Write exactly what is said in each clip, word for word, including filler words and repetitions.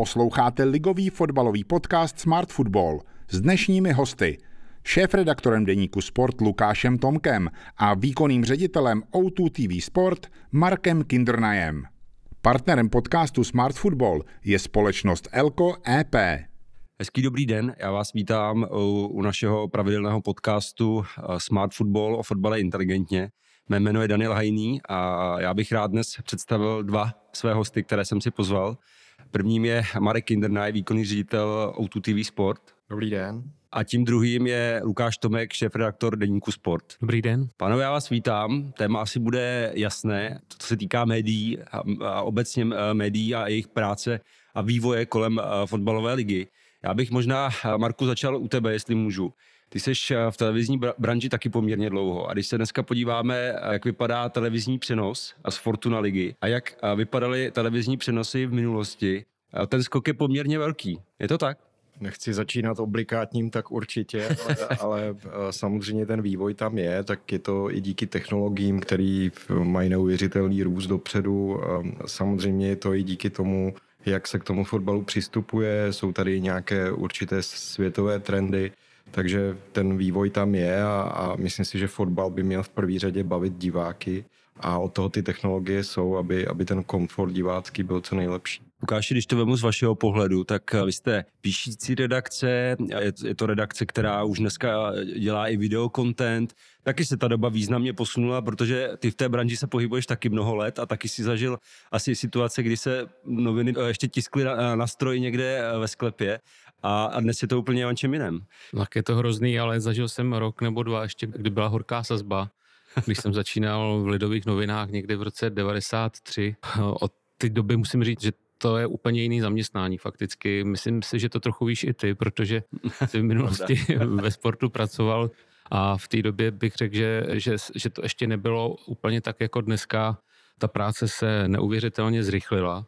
Posloucháte ligový fotbalový podcast Smart Football s dnešními hosty, šéfredaktorem deníku Sport Lukášem Tomkem a výkonným ředitelem O dva T V Sport Markem Kindernajem. Partnerem podcastu Smart Football je společnost Elko E P. Hezký dobrý den, já vás vítám u, u našeho pravidelného podcastu Smart Football o fotbale inteligentně. Mé jméno je Daniel Hajný a já bych rád dnes představil dva své hosty, které jsem si pozval. Prvním je Marek Kindernaj, výkonný ředitel O dva T V Sport. Dobrý den. A tím druhým je Lukáš Tomek, šéfredaktor deníku Sport. Dobrý den. Pánové, já vás vítám. Téma asi bude jasné, co se týká médií a, a obecně médií a jejich práce a vývoje kolem fotbalové ligy. Já bych možná, Marku, začal u tebe, jestli můžu. Ty jsi v televizní branži taky poměrně dlouho a když se dneska podíváme, jak vypadá televizní přenos z Fortuna ligy a jak vypadaly televizní přenosy v minulosti, ten skok je poměrně velký. Je to tak? Nechci začínat obligátním, tak určitě, ale, ale samozřejmě ten vývoj tam je, tak je to i díky technologiím, který mají neuvěřitelný růst dopředu. Samozřejmě je to i díky tomu, jak se k tomu fotbalu přistupuje, jsou tady nějaké určité světové trendy, takže ten vývoj tam je a, a myslím si, že fotbal by měl v první řadě bavit diváky a od toho ty technologie jsou, aby, aby ten komfort divácký byl co nejlepší. Lukáši, když to vemu z vašeho pohledu, tak vy jste píšící redakce, je to redakce, která už dneska dělá i videokontent. Taky se ta doba významně posunula, protože ty v té branži se pohybuješ taky mnoho let a taky si zažil asi situace, kdy se noviny ještě tiskly na, na stroji někde ve sklepě a, a dnes je to úplně o něčem jiném. Tak je to hrozný, ale zažil jsem rok nebo dva ještě, kdy byla horká sazba, když jsem začínal v Lidových novinách někdy v roce devadesát tři. Od té doby musím říct, že to je úplně jiný zaměstnání fakticky. Myslím si, že to trochu víš i ty, protože jsi v minulosti ve sportu pracoval a v té době bych řekl, že, že, že to ještě nebylo úplně tak jako dneska. Ta práce se neuvěřitelně zrychlila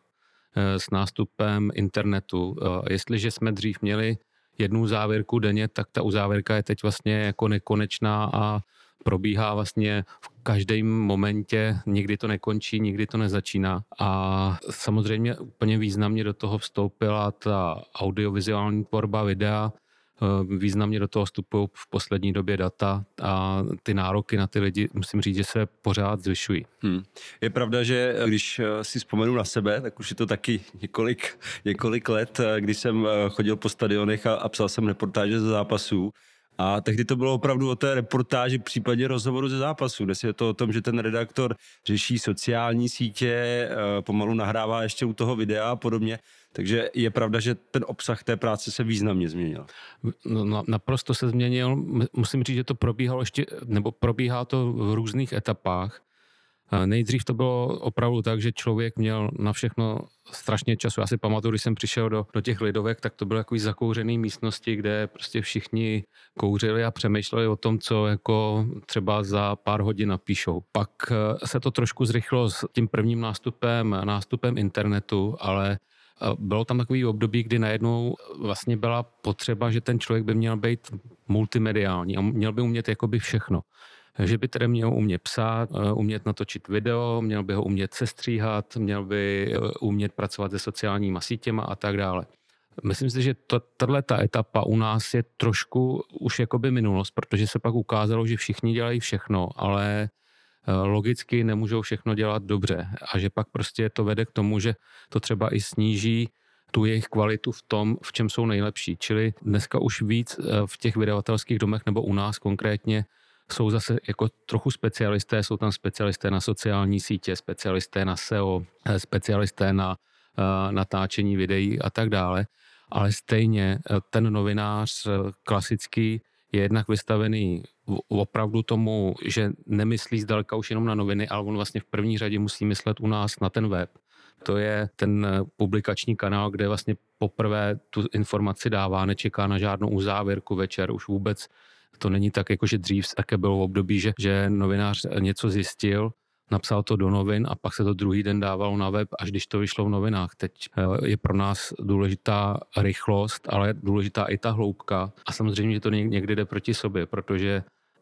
s nástupem internetu. Jestliže jsme dřív měli jednu závěrku denně, tak ta uzávěrka je teď vlastně jako nekonečná a probíhá vlastně v každém momentě, nikdy to nekončí, nikdy to nezačíná. A samozřejmě úplně významně do toho vstoupila ta audiovizuální tvorba videa, významně do toho vstupují v poslední době data a ty nároky na ty lidi, musím říct, že se pořád zvyšují. Hmm. Je pravda, že když si vzpomenu na sebe, tak už je to taky několik, několik let, když jsem chodil po stadionech a, a psal jsem reportáže ze zápasů. A tehdy to bylo opravdu o té reportáži v případě rozhovoru ze zápasu. Dnes je to o tom, že ten redaktor řeší sociální sítě, pomalu nahrává ještě u toho videa a podobně. Takže je pravda, že ten obsah té práce se významně změnil. No, naprosto se změnil. Musím říct, že to probíhalo ještě, nebo probíhá to v různých etapách. Nejdřív to bylo opravdu tak, že člověk měl na všechno strašně času. Já si pamatuju, když jsem přišel do, do těch Lidovek, tak to byly takový zakouřený místnosti, kde prostě všichni kouřili a přemýšleli o tom, co jako třeba za pár hodin napíšou. Pak se to trošku zrychlo s tím prvním nástupem, nástupem internetu, ale bylo tam takový období, kdy najednou vlastně byla potřeba, že ten člověk by měl být multimediální a měl by umět jakoby všechno. Že by tedy měl umět psát, umět natočit video, měl by ho umět sestříhat, měl by umět pracovat se sociálníma sítěma a tak dále. Myslím si, že tato etapa u nás je trošku už jakoby minulost, protože se pak ukázalo, že všichni dělají všechno, ale logicky nemůžou všechno dělat dobře a že pak prostě to vede k tomu, že to třeba i sníží tu jejich kvalitu v tom, v čem jsou nejlepší. Čili dneska už víc v těch vydavatelských domech nebo u nás konkrétně jsou zase jako trochu specialisté, jsou tam specialisté na sociální sítě, specialisté na S E O, specialisté na uh, natáčení videí a tak dále. Ale stejně ten novinář klasický je jednak vystavený opravdu tomu, že nemyslí zdaleka už jenom na noviny, ale on vlastně v první řadě musí myslet u nás na ten web. To je ten publikační kanál, kde vlastně poprvé tu informaci dává, nečeká na žádnou uzávěrku večer, už vůbec to není tak, jako že dřív také bylo v období, že, že novinář něco zjistil, napsal to do novin a pak se to druhý den dávalo na web, až když to vyšlo v novinách. Teď je pro nás důležitá rychlost, ale důležitá i ta hloubka. A samozřejmě, že to někdy jde proti sobě, protože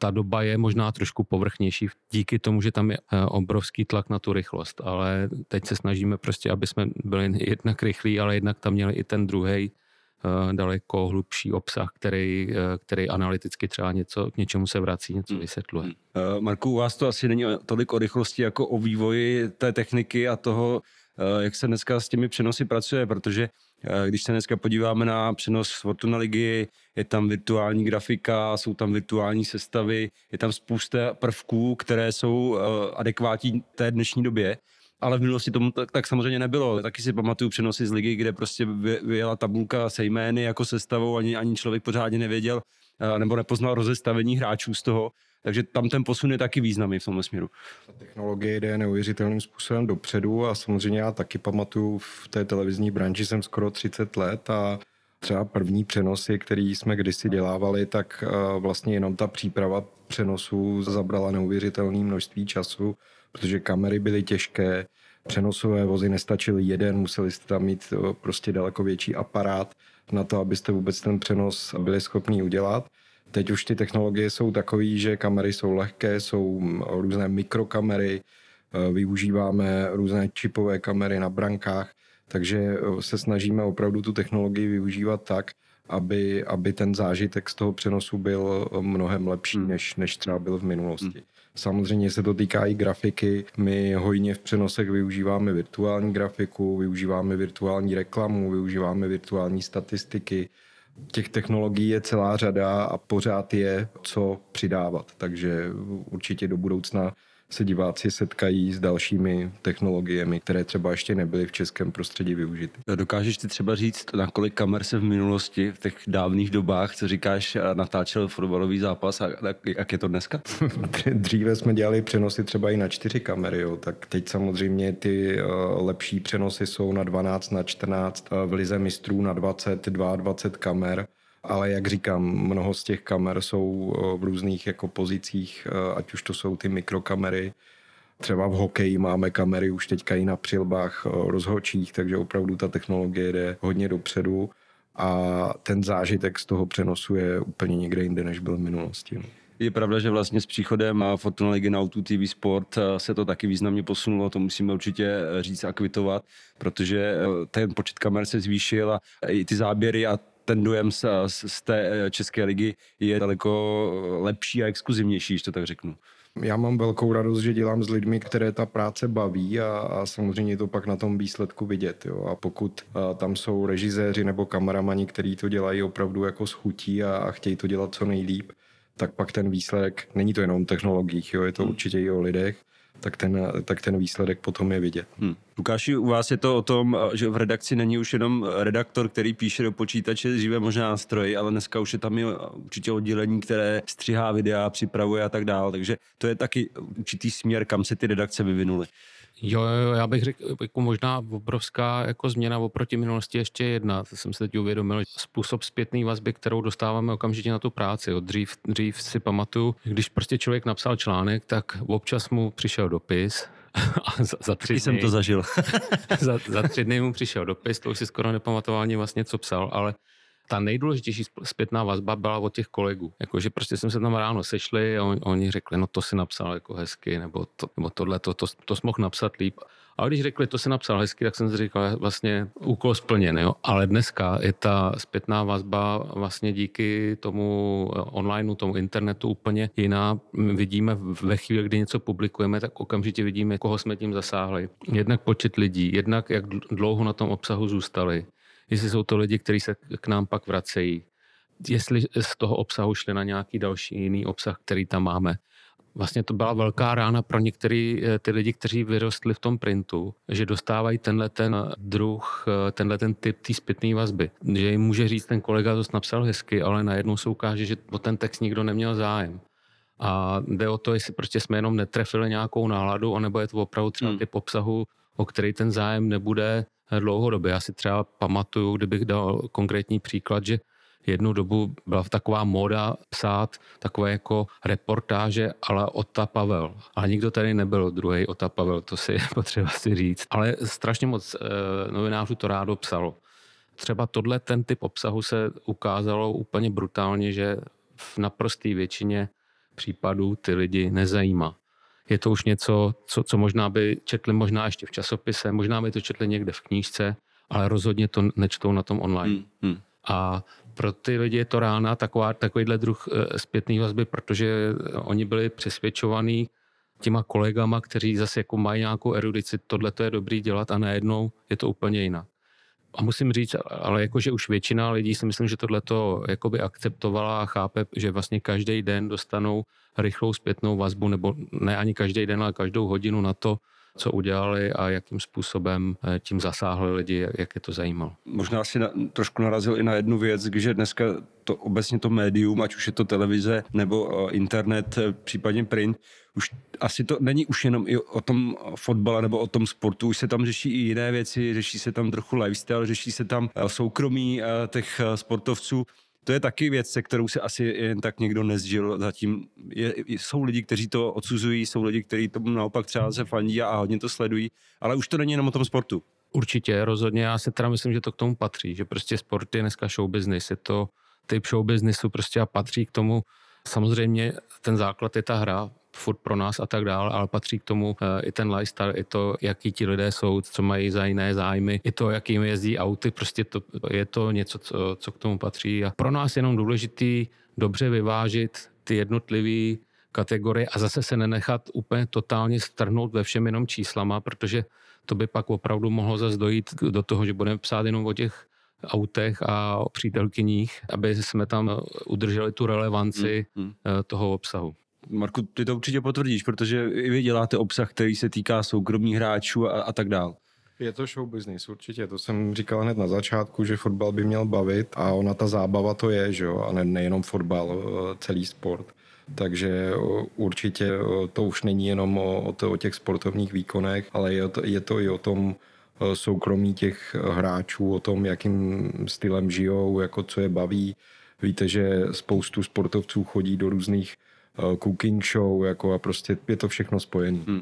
ta doba je možná trošku povrchnější díky tomu, že tam je obrovský tlak na tu rychlost, ale teď se snažíme prostě, aby jsme byli jednak rychlí, ale jednak tam měli i ten druhej daleko hlubší obsah, který, který analyticky třeba něco, k něčemu se vrací, něco vysvětluje. Hmm. Marku, u vás to asi není tolik o rychlosti, jako o vývoji té techniky a toho, jak se dneska s těmi přenosy pracuje, protože když se dneska podíváme na přenos Fortuna ligy, je tam virtuální grafika, jsou tam virtuální sestavy, je tam spousta prvků, které jsou adekvátní té dnešní době. Ale v minulosti tomu tak, tak samozřejmě nebylo. Taky si pamatuju přenosy z ligy, kde prostě vyjela tabulka se jmény jako sestavou, ani, ani člověk pořádně nevěděl nebo nepoznal rozestavení hráčů z toho. Takže tam ten posun je taky významný v tomhle směru. Ta technologie jde neuvěřitelným způsobem dopředu a samozřejmě já taky pamatuju, v té televizní branži jsem skoro třicet let a třeba první přenosy, který jsme kdysi dělávali, tak vlastně jenom ta příprava přenosu zabrala neuvěřitelné množství času, protože kamery byly těžké, přenosové vozy nestačily jeden, museli jste tam mít prostě daleko větší aparát na to, abyste vůbec ten přenos byli schopni udělat. Teď už ty technologie jsou takové, že kamery jsou lehké, jsou různé mikrokamery, využíváme různé čipové kamery na brankách, takže se snažíme opravdu tu technologii využívat tak, aby, aby ten zážitek z toho přenosu byl mnohem lepší, než, než třeba byl v minulosti. Samozřejmě se to týká i grafiky. My hojně v přenosech využíváme virtuální grafiku, využíváme virtuální reklamu, využíváme virtuální statistiky. Těch technologií je celá řada a pořád je co přidávat. Takže určitě do budoucna se diváci setkají s dalšími technologiemi, které třeba ještě nebyly v českém prostředí využity. Dokážeš ty třeba říct, na kolik kamer se v minulosti, v těch dávných dobách, co říkáš, natáčel fotbalový zápas a jak je to dneska? Dříve jsme dělali přenosy třeba i na čtyři kamery, jo. Tak teď samozřejmě ty lepší přenosy jsou na dvanáct, na čtrnáct, v lize mistrů na dvacet, dvacet dva kamer. Ale jak říkám, mnoho z těch kamer jsou v různých jako pozicích, ať už to jsou ty mikrokamery. Třeba v hokeji máme kamery už teďka i na přilbách rozhodčích, takže opravdu ta technologie jde hodně dopředu a ten zážitek z toho přenosu je úplně někde jinde, než byl v minulosti. Je pravda, že vlastně s příchodem Fortuna ligy na O dva T V Sport se to taky významně posunulo, to musíme určitě říct a kvitovat, protože ten počet kamer se zvýšil a i ty záběry a ten dojem z, z té české ligy je daleko lepší a exkluzivnější, když to tak řeknu. Já mám velkou radost, že dělám s lidmi, které ta práce baví a, a samozřejmě je to pak na tom výsledku vidět. Jo. A pokud a, tam jsou režiséři nebo kameramani, kteří to dělají opravdu jako s chutí a, a chtějí to dělat co nejlíp, tak pak ten výsledek, není to jenom o technologiích, jo, je to hmm. určitě i o lidech, tak ten, tak ten výsledek potom je vidět. Hmm. Lukáši, u vás je to o tom, že v redakci není už jenom redaktor, který píše do počítače, dříve možná nástroj, ale dneska už je tam i určitě oddělení, které střihá videa, připravuje a tak dále, takže to je taky určitý směr, kam se ty redakce vyvinuly. Jo, jo, já bych řekl, jako možná obrovská jako změna oproti minulosti ještě jedna. To jsem se teď uvědomil. Způsob zpětné vazby, kterou dostáváme okamžitě na tu práci. Jo. Dřív, dřív si pamatuju, když prostě člověk napsal článek, tak občas mu přišel dopis a za, za tři dny, jsem to zažil. za, za tři dny mu přišel dopis, to už si skoro nepamatoval ani vlastně, co psal, ale ta nejdůležitější zpětná vazba byla od těch kolegů. Jakože prostě jsme se tam ráno sešli a on, oni řekli, no to si napsal jako hezky, nebo, to, nebo tohle, to, to, to jsi mohl napsat líp. A když řekli, to si napsal hezky, tak jsem si říkal, vlastně úkol splněn, jo. Ale dneska je ta zpětná vazba vlastně díky tomu onlineu, tomu internetu úplně jiná. My vidíme ve chvíli, kdy něco publikujeme, tak okamžitě vidíme, koho jsme tím zasáhli. Jednak počet lidí, jednak jak dlouho na tom obsahu zůstali. Jestli jsou to lidi, kteří se k nám pak vracejí. Jestli z toho obsahu šli na nějaký další jiný obsah, který tam máme. Vlastně to byla velká rána pro některé ty lidi, kteří vyrostli v tom printu, že dostávají tenhle ten druh, tenhle ten typ té zpětné vazby. Že jim může říct ten kolega, to napsal hezky, ale najednou se ukáže, že o ten text nikdo neměl zájem. A jde o to, jestli prostě jsme jenom netrefili nějakou náladu, anebo je to opravdu třeba hmm. typ obsahu, o který ten zájem nebude dlouhodobě. Já si třeba pamatuju, kdybych dal konkrétní příklad, že jednu dobu byla taková móda psát takové jako reportáže ale Ota Pavel. Ale nikdo tady nebyl druhý Ota Pavel, to si je potřeba si říct. Ale strašně moc e, novinářů to rádo psalo. Třeba tohle, ten typ obsahu se ukázalo úplně brutálně, že v naprosté většině případů ty lidi nezajímá. Je to už něco, co, co možná by četli možná ještě v časopise, možná by to četli někde v knížce, ale rozhodně to nečtou na tom online. Hmm, hmm. A pro ty lidi je to rána taková, takovýhle druh zpětný vazby, protože oni byli přesvědčovaní těma kolegama, kteří zase jako mají nějakou erudici, tohle to je dobrý dělat a najednou je to úplně jinak. A musím říct, ale jakože už většina lidí si myslím, že tohle to jakoby akceptovala a chápe, že vlastně každý den dostanou rychlou zpětnou vazbu, nebo ne ani každý den, ale každou hodinu na to, co udělali a jakým způsobem tím zasáhli lidi, jak je to zajímalo. Možná si na, trošku narazil i na jednu věc, že dneska to obecně to médium, ať už je to televize nebo uh, internet, případně print, už asi to není už jenom i o tom fotbale nebo o tom sportu, už se tam řeší i jiné věci, řeší se tam trochu lifestyle, řeší se tam uh, soukromí uh, těch uh, sportovců. To je taky věc, se kterou se asi jen tak někdo nezžil zatím. Je, jsou lidi, kteří to odsuzují, jsou lidi, kteří tomu naopak třeba se fandí a hodně to sledují, ale už to není jenom o tom sportu. Určitě, rozhodně. Já si teda myslím, že to k tomu patří, že prostě sport je dneska show business. Je to typ show businessu prostě a patří k tomu. Samozřejmě ten základ je ta hra, furt pro nás a tak dále, ale patří k tomu i ten lifestyle, i to, jaký ti lidé jsou, co mají za jiné zájmy, i to, jakým jezdí auty, prostě to, je to něco, co, co k tomu patří. A pro nás je jenom důležitý dobře vyvážit ty jednotlivé kategorie a zase se nenechat úplně totálně strhnout ve všem jenom číslama, protože to by pak opravdu mohlo zase dojít do toho, že budeme psát jenom o těch autech a o přítelkyních, aby jsme tam udrželi tu relevanci hmm, hmm. toho obsahu. Marku, ty to určitě potvrdíš, protože i vy děláte obsah, který se týká soukromých hráčů a, a tak dál. Je to show business, určitě. To jsem říkal hned na začátku, že fotbal by měl bavit a ona ta zábava to je, že jo, a ne, nejenom fotbal, celý sport. Takže určitě to už není jenom o, o, to, o těch sportovních výkonech, ale je to, je to i o tom soukromí těch hráčů, o tom, jakým stylem žijou, jako co je baví. Víte, že spoustu sportovců chodí do různých cooking show, jako a prostě je to všechno spojené. Hmm.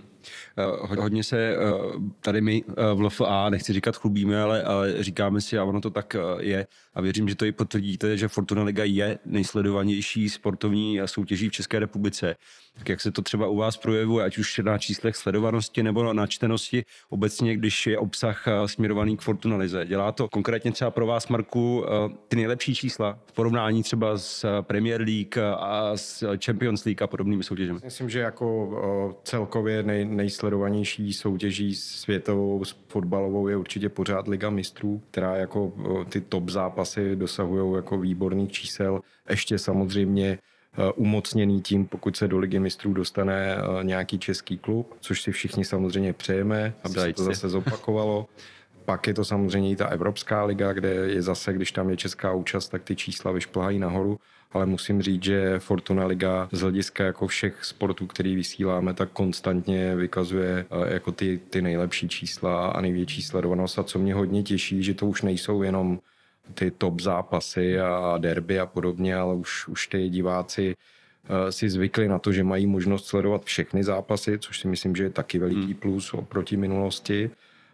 Hodně se tady my v L F A, nechci říkat chlubíme, ale, ale říkáme si, a ono to tak je, a věřím, že to i potvrdíte, že Fortuna Liga je nejsledovanější sportovní soutěží v České republice. Tak jak se to třeba u vás projevuje, ať už na číslech sledovanosti nebo na čtenosti, obecně, když je obsah směrovaný k Fortuna Lize. Dělá to konkrétně třeba pro vás, Marku, ty nejlepší čísla v porovnání třeba s Premier League a s Champions League a podobnými soutěžemi? Myslím, že jako celkově nej, nejsledovanější soutěží světovou fotbalovou je určitě pořád Liga mistrů, která jako ty top zápasy dosahují jako výborných čísel. Ještě samozřejmě umocněný tím, pokud se do Ligy mistrů dostane nějaký český klub, což si všichni samozřejmě přejeme, aby se to zase zopakovalo. Pak je to samozřejmě i ta Evropská liga, kde je zase, když tam je česká účast, tak ty čísla vyšplhají nahoru. Ale musím říct, že Fortuna Liga z hlediska jako všech sportů, který vysíláme, tak konstantně vykazuje jako ty, ty nejlepší čísla a největší sledovanost. A co mě hodně těší, že to už nejsou jenom ty top zápasy a derby a podobně, ale už, už ty diváci si zvykli na to, že mají možnost sledovat všechny zápasy, což si myslím, že je taky veliký plus oproti minulosti.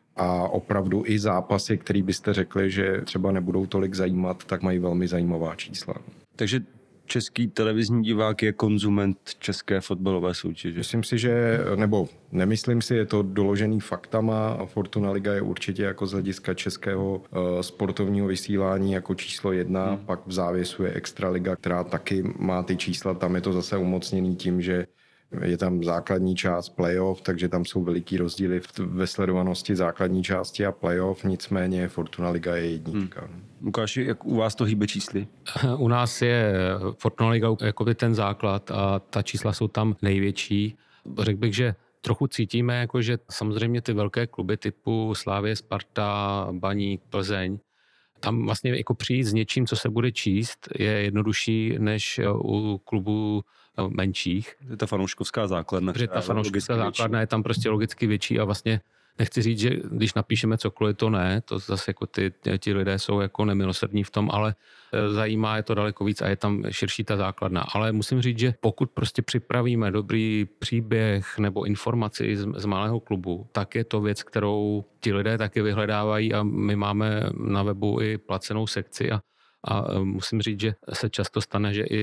A opravdu i zápasy, které byste řekli, že třeba nebudou tolik zajímat, tak mají velmi zajímavá čísla. Takže český televizní divák je konzument české fotbalové soutěže? Myslím si, že, nebo nemyslím si, je to doložený faktama a Fortuna Liga je určitě jako z hlediska českého uh, sportovního vysílání jako číslo jedna, hmm. pak v závěsu je Extraliga, která taky má ty čísla, tam je to zase umocněný tím, že je tam základní část playoff, takže tam jsou veliký rozdíly ve sledovanosti základní části a playoff, nicméně Fortuna Liga je jednička. Hmm. Lukáši, jak u vás to hýbe čísly? U nás je Fortuna Liga jako ten základ a ta čísla jsou tam největší. Řekl bych, že trochu cítíme, jako že samozřejmě ty velké kluby typu Slavie, Sparta, Baník, Plzeň, tam vlastně jako přijít s něčím, co se bude číst, je jednodušší než u klubů menších. Je ta fanouškovská základna. Protože ta fanouškovská základna je tam prostě logicky větší a vlastně nechci říct, že když napíšeme cokoliv, to ne, to zase jako ty, ti lidé jsou jako nemilosrdní v tom, ale zajímá je to daleko víc a je tam širší ta základna. Ale musím říct, že pokud prostě připravíme dobrý příběh nebo informaci z, z malého klubu, tak je to věc, kterou ti lidé taky vyhledávají a my máme na webu i placenou sekci a, a musím říct, že se často stane, že i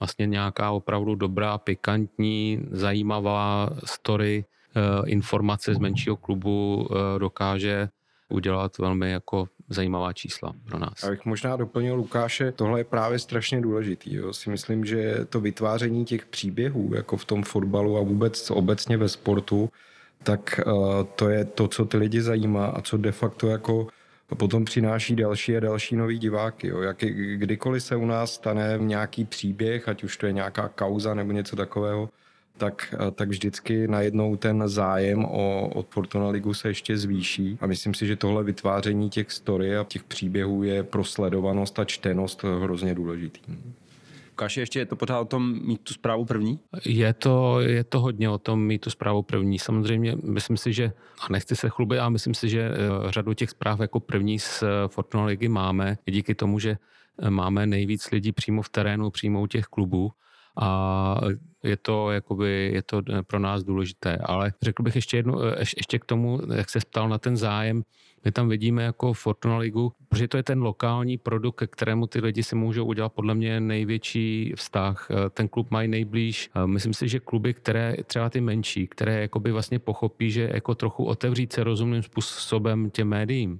vlastně nějaká opravdu dobrá, pikantní, zajímavá story, informace z menšího klubu dokáže udělat velmi jako zajímavá čísla pro nás. Abych možná doplnil Lukáše, tohle je právě strašně důležitý. Jo. Si myslím, že to vytváření těch příběhů, jako v tom fotbalu a vůbec obecně ve sportu, tak uh, to je to, co ty lidi zajímá a co de facto jako potom přináší další a další nový diváky. Jo. Jak, kdykoliv se u nás stane nějaký příběh, ať už to je nějaká kauza nebo něco takového, tak, tak vždycky najednou ten zájem o, o Fortuna ligu se ještě zvýší. A myslím si, že tohle vytváření těch story a těch příběhů je pro sledovanost a čtenost hrozně důležitý. Lukáši, ještě je to pořád o tom mít tu zprávu první? Je to, je to hodně o tom mít tu zprávu první. Samozřejmě myslím si, že, a nechci se chlubit, ale myslím si, že řadu těch zpráv jako první z Fortuna ligy máme. Díky tomu, že máme nejvíc lidí přímo v terénu, přímo u těch klubů. A je to, jakoby, je to pro nás důležité. Ale řekl bych ještě jednu, ještě k tomu, jak se ptal na ten zájem, my tam vidíme jako Fortuna ligu, protože to je ten lokální produkt, ke kterému ty lidi si můžou udělat podle mě největší vztah. Ten klub mají nejblíž. Myslím si, že kluby, které třeba ty menší, které jakoby vlastně pochopí, že jako trochu otevřít se rozumným způsobem těm médiím,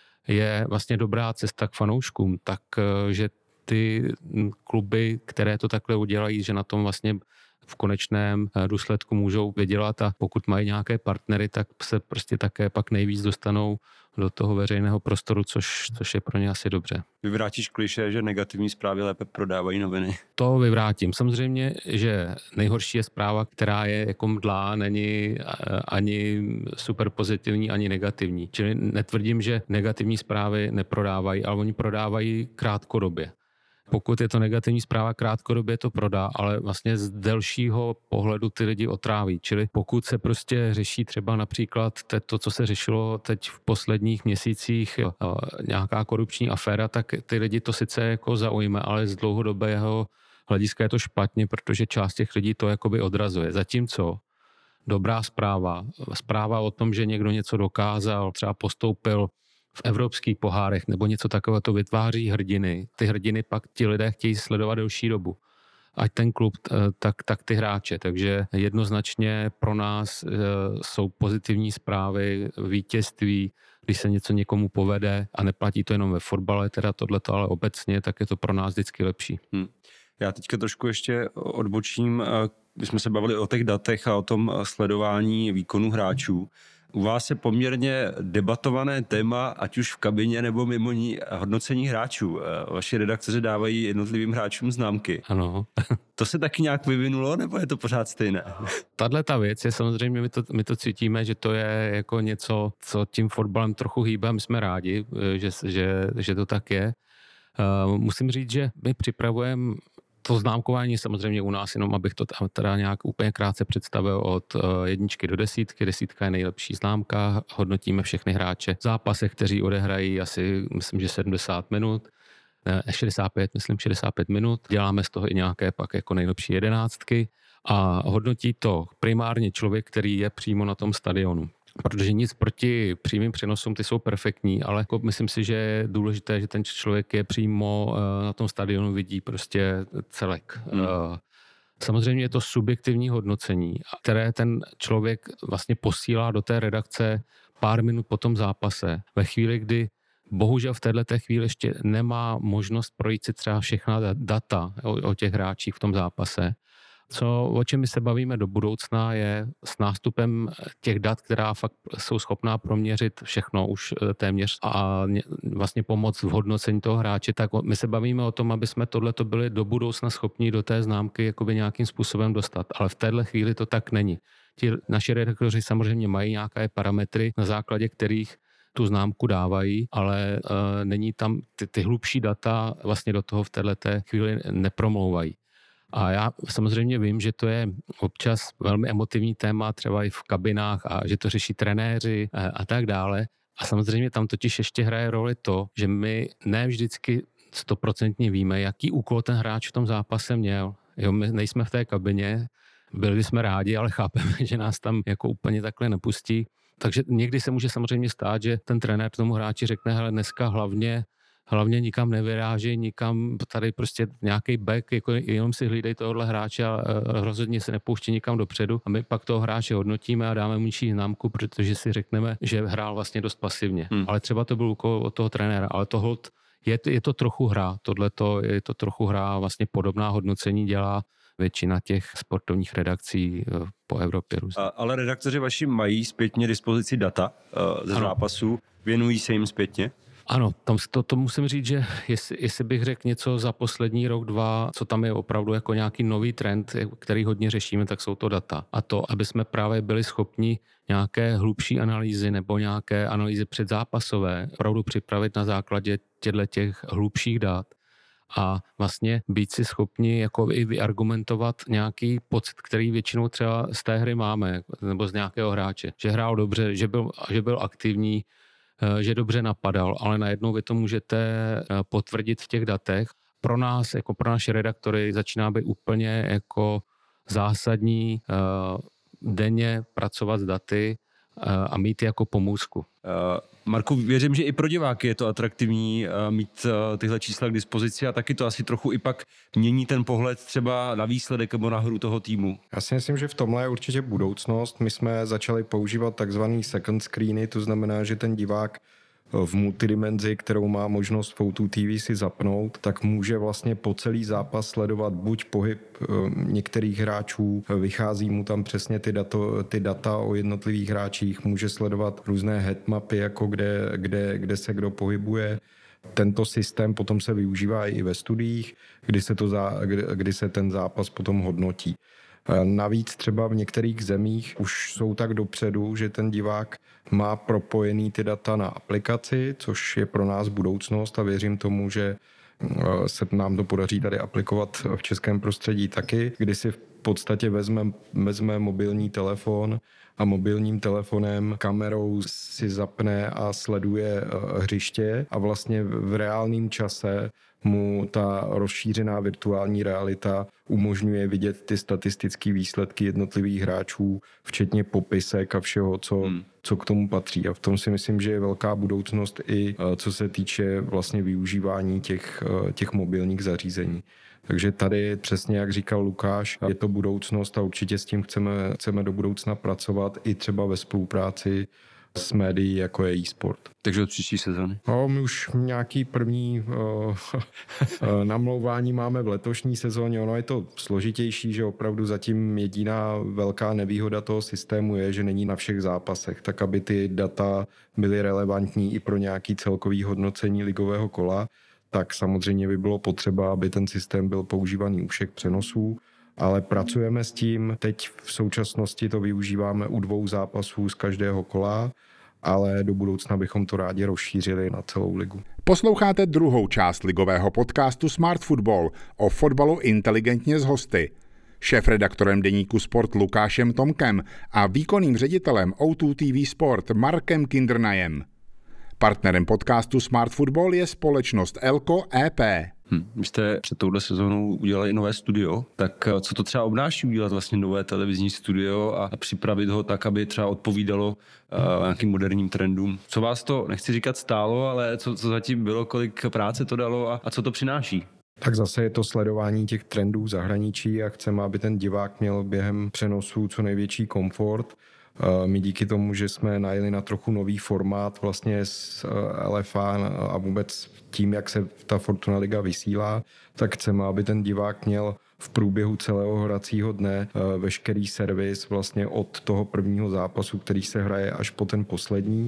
je vlastně dobrá cesta k fanouškům, takže ty kluby, které to takhle udělají, že na tom vlastně v konečném důsledku můžou vydělat a pokud mají nějaké partnery, tak se prostě také pak nejvíc dostanou do toho veřejného prostoru, což, což je pro ně asi dobře. Vyvrátíš klišé, že negativní zprávy lépe prodávají noviny? To vyvrátím. Samozřejmě, že nejhorší je zpráva, která je jako mdlá, není ani super pozitivní, ani negativní. Čili netvrdím, že negativní zprávy neprodávají, ale oni prodávají krátkodobě. Pokud je to negativní zpráva, krátkodobě to prodá, ale vlastně z delšího pohledu ty lidi otráví. Čili pokud se prostě řeší třeba například to, co se řešilo teď v posledních měsících, nějaká korupční aféra, tak ty lidi to sice jako zaujme, ale z dlouhodobého hlediska je to špatně, protože část těch lidí to jakoby odrazuje. Zatímco dobrá zpráva, zpráva o tom, že někdo něco dokázal, třeba postoupil v evropských pohárech nebo něco takového, to vytváří hrdiny. Ty hrdiny pak ti lidé chtějí sledovat delší dobu. Ať ten klub, tak, tak ty hráče. Takže jednoznačně pro nás jsou pozitivní zprávy, vítězství, když se něco někomu povede a neplatí to jenom ve fotbale, teda tohleto, ale obecně, tak je to pro nás vždycky lepší. Hmm. Já teďka trošku ještě odbočím, když jsme se bavili o těch datech a o tom sledování výkonu hráčů. U vás je poměrně debatované téma, ať už v kabině nebo mimo ní, hodnocení hráčů. Vaši redaktoři dávají jednotlivým hráčům známky. Ano. To se taky nějak vyvinulo, nebo je to pořád stejné? Tahle ta věc je samozřejmě, my to, my to cítíme, že to je jako něco, co tím fotbalem trochu hýbe. My jsme rádi, že, že, že to tak je. Uh, musím říct, že my připravujeme to známkování samozřejmě u nás, jenom abych to teda nějak úplně krátce představil od jedničky do desítky. Desítka je nejlepší známka, hodnotíme všechny hráče v zápasech, kteří odehrají asi, myslím, že sedmdesát minut, ne, šedesát pět, myslím, šedesát pět minut. Děláme z toho i nějaké pak jako nejlepší jedenáctky a hodnotí to primárně člověk, který je přímo na tom stadionu. Protože nic proti přímým přenosům, ty jsou perfektní, ale jako myslím si, že je důležité, že ten člověk je přímo na tom stadionu, vidí prostě celek. Hmm. Samozřejmě je to subjektivní hodnocení, které ten člověk vlastně posílá do té redakce pár minut po tom zápase. Ve chvíli, kdy bohužel v této chvíli ještě nemá možnost projít si třeba všechna data o, o těch hráčích v tom zápase. Co, o čem my se bavíme do budoucna, je s nástupem těch dat, která fakt jsou schopná proměřit všechno už téměř a vlastně pomoct v hodnocení toho hráče, tak my se bavíme o tom, aby jsme tohleto byli do budoucna schopni do té známky jakoby nějakým způsobem dostat. Ale v téhle chvíli to tak není. Ti naši redaktoři samozřejmě mají nějaké parametry, na základě kterých tu známku dávají, ale uh, není tam ty, ty hlubší data vlastně do toho v této chvíli nepromlouvají. A já samozřejmě vím, že to je občas velmi emotivní téma, třeba i v kabinách a že to řeší trenéři a, a tak dále. A samozřejmě tam totiž ještě hraje roli to, že my ne vždycky stoprocentně víme, jaký úkol ten hráč v tom zápase měl. Jo, my nejsme v té kabině, byli jsme rádi, ale chápeme, že nás tam jako úplně takhle nepustí. Takže někdy se může samozřejmě stát, že ten trenér tomu hráči řekne, hele, dneska hlavně hlavně nikam nevyrážej, nikam tady prostě nějaký back, jako jenom si hlídej tohohle hráče a rozhodně se nepouští nikam dopředu a my pak toho hráče hodnotíme a dáme mu nižší známku, protože si řekneme, že hrál vlastně dost pasivně. Hmm. Ale třeba to byl úkol od toho trenéra, ale to hold, je, je to trochu hra, tohleto je to trochu hra a vlastně podobná hodnocení dělá většina těch sportovních redakcí po Evropě. A, ale redaktoři vaši mají zpětně dispozici data uh, ze ano. zápasu, věnují se jim zpětně? Ano, tam to, to musím říct, že jestli, jestli bych řekl něco za poslední rok, dva, co tam je opravdu jako nějaký nový trend, který hodně řešíme, tak jsou to data. A to, aby jsme právě byli schopni nějaké hlubší analýzy nebo nějaké analýzy předzápasové opravdu připravit na základě těchto těch hlubších dat a vlastně být si schopni jako i vyargumentovat nějaký pocit, který většinou třeba z té hry máme, nebo z nějakého hráče. Že hrál dobře, že byl, že byl aktivní, že dobře napadal, ale najednou vy to můžete potvrdit v těch datech. Pro nás, jako pro naše redaktory, začíná být úplně jako zásadní denně pracovat s daty a mít je jako pomůcku. Uh, Marku, věřím, že i pro diváky je to atraktivní uh, mít uh, tyhle čísla k dispozici a taky to asi trochu i pak mění ten pohled třeba na výsledek nebo na hru toho týmu. Já si myslím, že v tomhle je určitě budoucnost. My jsme začali používat takzvaný second screeny, to znamená, že ten divák v multidimenzi, kterou má možnost v O dva T V si zapnout, tak může vlastně po celý zápas sledovat buď pohyb některých hráčů, vychází mu tam přesně ty, dato, ty data o jednotlivých hráčích, může sledovat různé headmapy, jako kde, kde, kde se kdo pohybuje. Tento systém potom se využívá i ve studiích, kdy se, to zá, kdy, kdy se ten zápas potom hodnotí. Navíc třeba v některých zemích už jsou tak dopředu, že ten divák má propojený ty data na aplikaci, což je pro nás budoucnost a věřím tomu, že se nám to podaří tady aplikovat v českém prostředí taky, kdy si v podstatě vezme, vezme mobilní telefon a mobilním telefonem kamerou si zapne a sleduje hřiště a vlastně v reálném čase mu ta rozšířená virtuální realita umožňuje vidět ty statistické výsledky jednotlivých hráčů, včetně popisek a všeho, co, hmm. co k tomu patří. A v tom si myslím, že je velká budoucnost i co se týče vlastně využívání těch, těch mobilních zařízení. Takže tady přesně, jak říkal Lukáš, je to budoucnost a určitě s tím chceme, chceme do budoucna pracovat i třeba ve spolupráci s médií, jako je e-sport. Takže od příští sezóny? No, my už nějaký první uh, namlouvání máme v letošní sezóně. Ono je to složitější, že opravdu zatím jediná velká nevýhoda toho systému je, že není na všech zápasech, tak aby ty data byly relevantní i pro nějaký celkový hodnocení ligového kola, tak samozřejmě by bylo potřeba, aby ten systém byl používaný u všech přenosů. Ale pracujeme s tím, teď v současnosti to využíváme u dvou zápasů z každého kola, ale do budoucna bychom to rádi rozšířili na celou ligu. Posloucháte druhou část ligového podcastu Smart Football o fotbalu inteligentně s hosty. Šéfredaktorem deníku Sport Lukášem Tomkem a výkonným ředitelem O dva T V Sport Markem Kindernajem. Partnerem podcastu Smart Football je společnost Elko E P. Hm, vy jste před touhle sezónou udělali nové studio, tak co to třeba obnáší udělat vlastně nové televizní studio a, a připravit ho tak, aby třeba odpovídalo uh, nějakým moderním trendům? Co vás to, nechci říkat stálo, ale co, co zatím bylo, kolik práce to dalo a, a co to přináší? Tak zase je to sledování těch trendů v zahraničí a chceme, aby ten divák měl během přenosů co největší komfort. My díky tomu, že jsme najeli na trochu nový formát vlastně z L F A a vůbec tím, jak se ta Fortuna Liga vysílá, tak chceme, aby ten divák měl v průběhu celého hracího dne veškerý servis vlastně od toho prvního zápasu, který se hraje, až po ten poslední.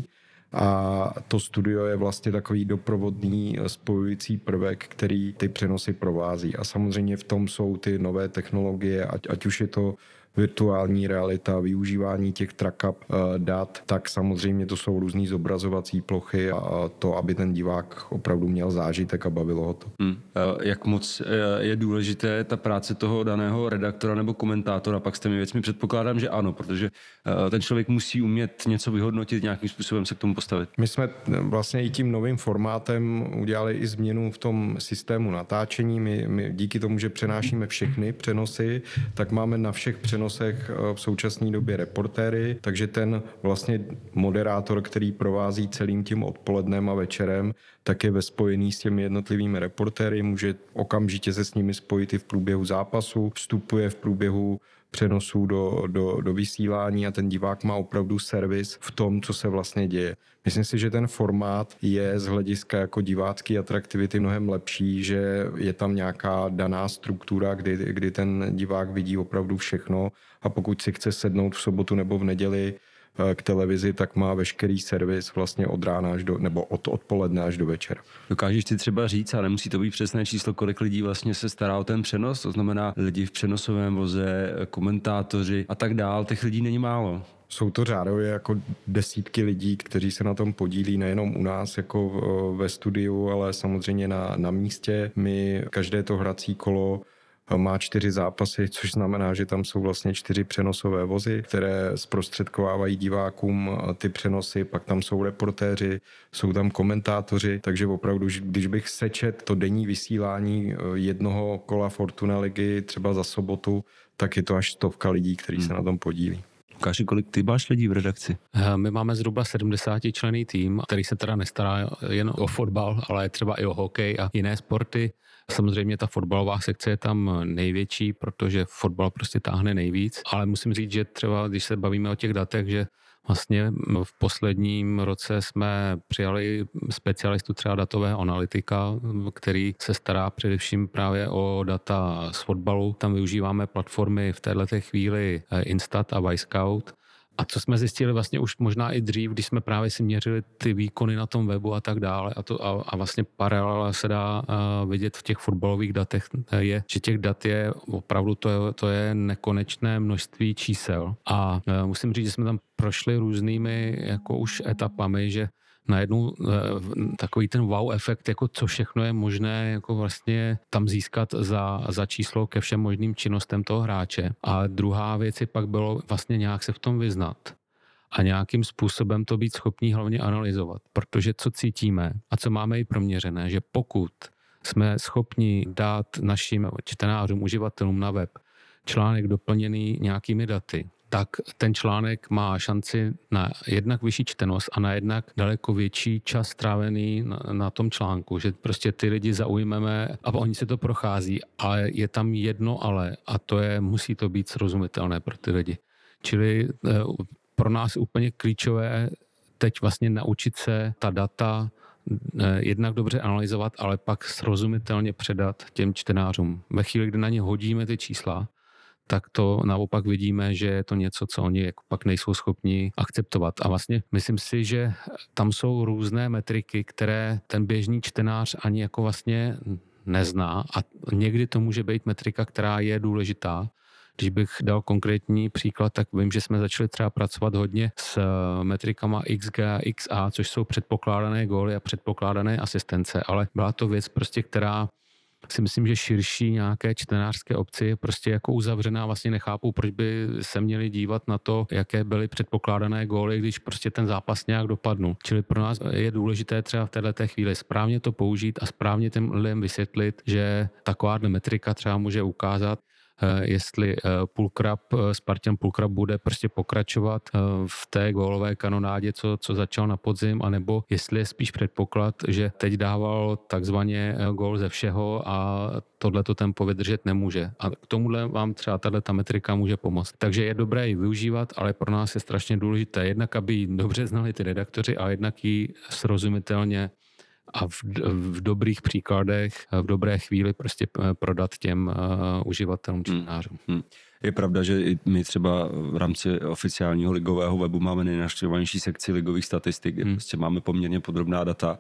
A to studio je vlastně takový doprovodný spojující prvek, který ty přenosy provází. A samozřejmě v tom jsou ty nové technologie, ať, ať už je to virtuální realita, využívání těch track-up dat, tak samozřejmě to jsou různý zobrazovací plochy a to, aby ten divák opravdu měl zážitek a bavilo ho to. Hmm. Jak moc je důležité ta práce toho daného redaktora nebo komentátora, pak s těmi věcmi předpokládám, že ano, protože ten člověk musí umět něco vyhodnotit, nějakým způsobem se k tomu postavit. My jsme vlastně i tím novým formátem udělali i změnu v tom systému natáčení. My, my díky tomu, že přenášíme všechny přenosy, tak máme na všech přenosech přenosech v současné době reportéry, takže ten vlastně moderátor, který provází celým tím odpolednem a večerem, tak je ve spojení s těmi jednotlivými reportéry, může okamžitě se s nimi spojit i v průběhu zápasu, vstupuje v průběhu přenosů do, do, do vysílání a ten divák má opravdu servis v tom, co se vlastně děje. Myslím si, že ten formát je z hlediska jako divácké atraktivity mnohem lepší, že je tam nějaká daná struktura, kdy, kdy ten divák vidí opravdu všechno a pokud si chce sednout v sobotu nebo v neděli k televizi, tak má veškerý servis vlastně od rána až do, nebo od odpoledne až do večera. Dokážeš si třeba říct, a nemusí to být přesné číslo, kolik lidí vlastně se stará o ten přenos, to znamená lidi v přenosovém voze, komentátoři a tak dál, těch lidí není málo. Jsou to řádově jako desítky lidí, kteří se na tom podílí nejenom u nás jako ve studiu, ale samozřejmě na, na místě. My každé to hrací kolo má čtyři zápasy, což znamená, že tam jsou vlastně čtyři přenosové vozy, které zprostředkovávají divákům ty přenosy, pak tam jsou reportéři, jsou tam komentátoři, takže opravdu, když bych sečet to denní vysílání jednoho kola Fortuna ligy třeba za sobotu, tak je to až stovka lidí, kteří hmm. se na tom podílí. Lukáši, kolik ty máš lidí v redakci? My máme zhruba sedmdesátičlenný tým, který se teda nestará jen o fotbal, ale třeba i o hokej a jiné sporty. Samozřejmě ta fotbalová sekce je tam největší, protože fotbal prostě táhne nejvíc, ale musím říct, že třeba když se bavíme o těch datech, že vlastně v posledním roce jsme přijali specialistu třeba datového analytika, který se stará především právě o data z fotbalu. Tam využíváme platformy v této chvíli Instat a Wisecout. A co jsme zjistili vlastně už možná i dřív, když jsme právě si měřili ty výkony na tom webu a tak dále a, to, a, a vlastně paralela se dá uh, vidět v těch fotbalových datech, je, že těch dat je opravdu to je, to je nekonečné množství čísel. A uh, musím říct, že jsme tam prošli různými jako už etapami, že najednou takový ten wow efekt, jako co všechno je možné jako vlastně tam získat za, za číslo ke všem možným činnostem toho hráče. A druhá věc je pak bylo vlastně nějak se v tom vyznat a nějakým způsobem to být schopní hlavně analyzovat, protože co cítíme a co máme i proměřené, že pokud jsme schopni dát našim čtenářům, uživatelům na web článek doplněný nějakými daty, tak ten článek má šanci na jednak vyšší čtenost a na jednak daleko větší čas strávený na, na tom článku, že prostě ty lidi zaujmeme a oni si to prochází, ale je tam jedno ale a to je, musí to být srozumitelné pro ty lidi. Čili pro nás úplně klíčové teď vlastně naučit se ta data jednak dobře analyzovat, ale pak srozumitelně předat těm čtenářům. Ve chvíli, kdy na ně hodíme ty čísla, tak to naopak vidíme, že je to něco, co oni jako pak nejsou schopni akceptovat. A vlastně myslím si, že tam jsou různé metriky, které ten běžný čtenář ani jako vlastně nezná a někdy to může být metrika, která je důležitá. Když bych dal konkrétní příklad, tak vím, že jsme začali třeba pracovat hodně s metrikama X G a X A, což jsou předpokládané góly a předpokládané asistence, ale byla to věc prostě, která si myslím, že širší nějaké čtenářské obci je prostě jako uzavřená, vlastně nechápou, proč by se měli dívat na to, jaké byly předpokládané góly, když prostě ten zápas nějak dopadnul. Čili pro nás je důležité třeba v této chvíli správně to použít a správně těm lidem vysvětlit, že takováhle metrika třeba může ukázat, jestli Pulkrab, Spartan Pulkrab bude prostě pokračovat v té gólové kanonádě, co, co začal na podzim, anebo jestli je spíš předpoklad, že teď dával takzvaně gól ze všeho a tohleto tempo vydržet nemůže. A k tomuhle vám třeba tato metrika může pomoct. Takže je dobré ji využívat, ale pro nás je strašně důležité jednak, aby ji dobře znali ty redaktoři a jednak ji srozumitelně a v, v dobrých příkladech, v dobré chvíli prostě prodat těm uh, uživatelům, čtenářům. Hmm. Je pravda, že my třeba v rámci oficiálního ligového webu máme nejnavštěvovanější sekci ligových statistik, kde hmm. prostě máme poměrně podrobná data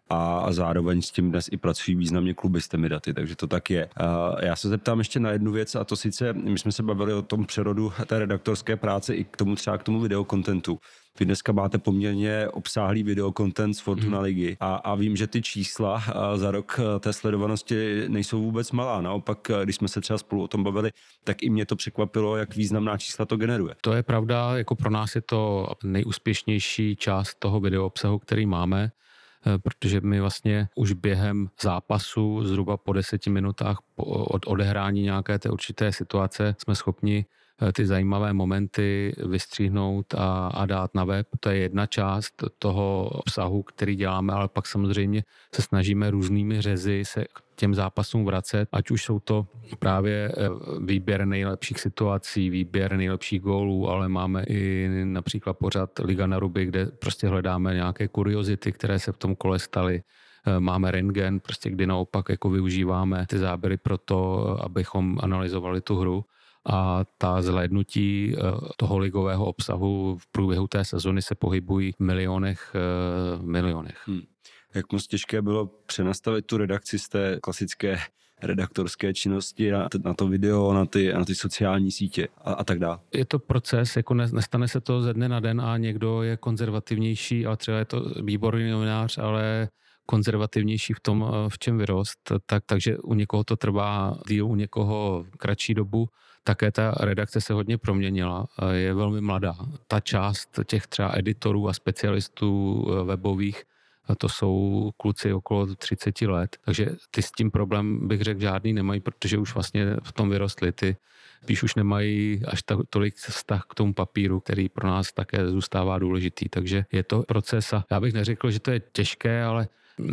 a zároveň s tím dnes i pracují významně kluby s těmi daty, takže to tak je. Já se zeptám ještě na jednu věc a to sice, my jsme se bavili o tom přerodu té redaktorské práce i k tomu třeba k tomu videokontentu. Vy dneska máte poměrně obsáhlý videokontent z Fortuna hmm. ligy a, a vím, že ty čísla za rok té sledovanosti nejsou vůbec malá. Naopak, když jsme se třeba spolu o tom bavili, tak i mě to překvapilo, jak významná čísla to generuje. To je pravda, jako pro nás je to nejúspěšnější část toho videoobsahu, který máme, protože my vlastně už během zápasu zhruba po deseti minutách od odehrání nějaké té určité situace jsme schopni ty zajímavé momenty vystříhnout a, a dát na web. To je jedna část toho obsahu, který děláme, ale pak samozřejmě se snažíme různými řezy se k těm zápasům vracet, ať už jsou to právě výběr nejlepších situací, výběr nejlepších gólů, ale máme i například pořad Liga na ruby, kde prostě hledáme nějaké kuriozity, které se v tom kole staly. Máme rentgen, prostě kdy naopak jako využíváme ty záběry pro to, abychom analyzovali tu hru. A ta zhlédnutí toho ligového obsahu v průběhu té sezony se pohybují v milionech, milionech. Hmm. Jak moc těžké bylo přenastavit tu redakci z té klasické redaktorské činnosti na, na to video, na ty, na ty sociální sítě a, a tak dále? Je to proces, jako nestane se to ze dne na den a někdo je konzervativnější a třeba je to výborný novinář, ale konzervativnější v tom, v čem vyrost, tak, takže u někoho to trvá díl, u někoho kratší dobu. Také ta redakce se hodně proměnila, je velmi mladá. Ta část těch třeba editorů a specialistů webových, to jsou kluci okolo třicet let, takže ty s tím problém bych řekl žádný nemají, protože už vlastně v tom vyrostly. Ty spíš už nemají až tak, tolik vztah k tomu papíru, který pro nás také zůstává důležitý, takže je to proces a já bych neřekl, že to je těžké, ale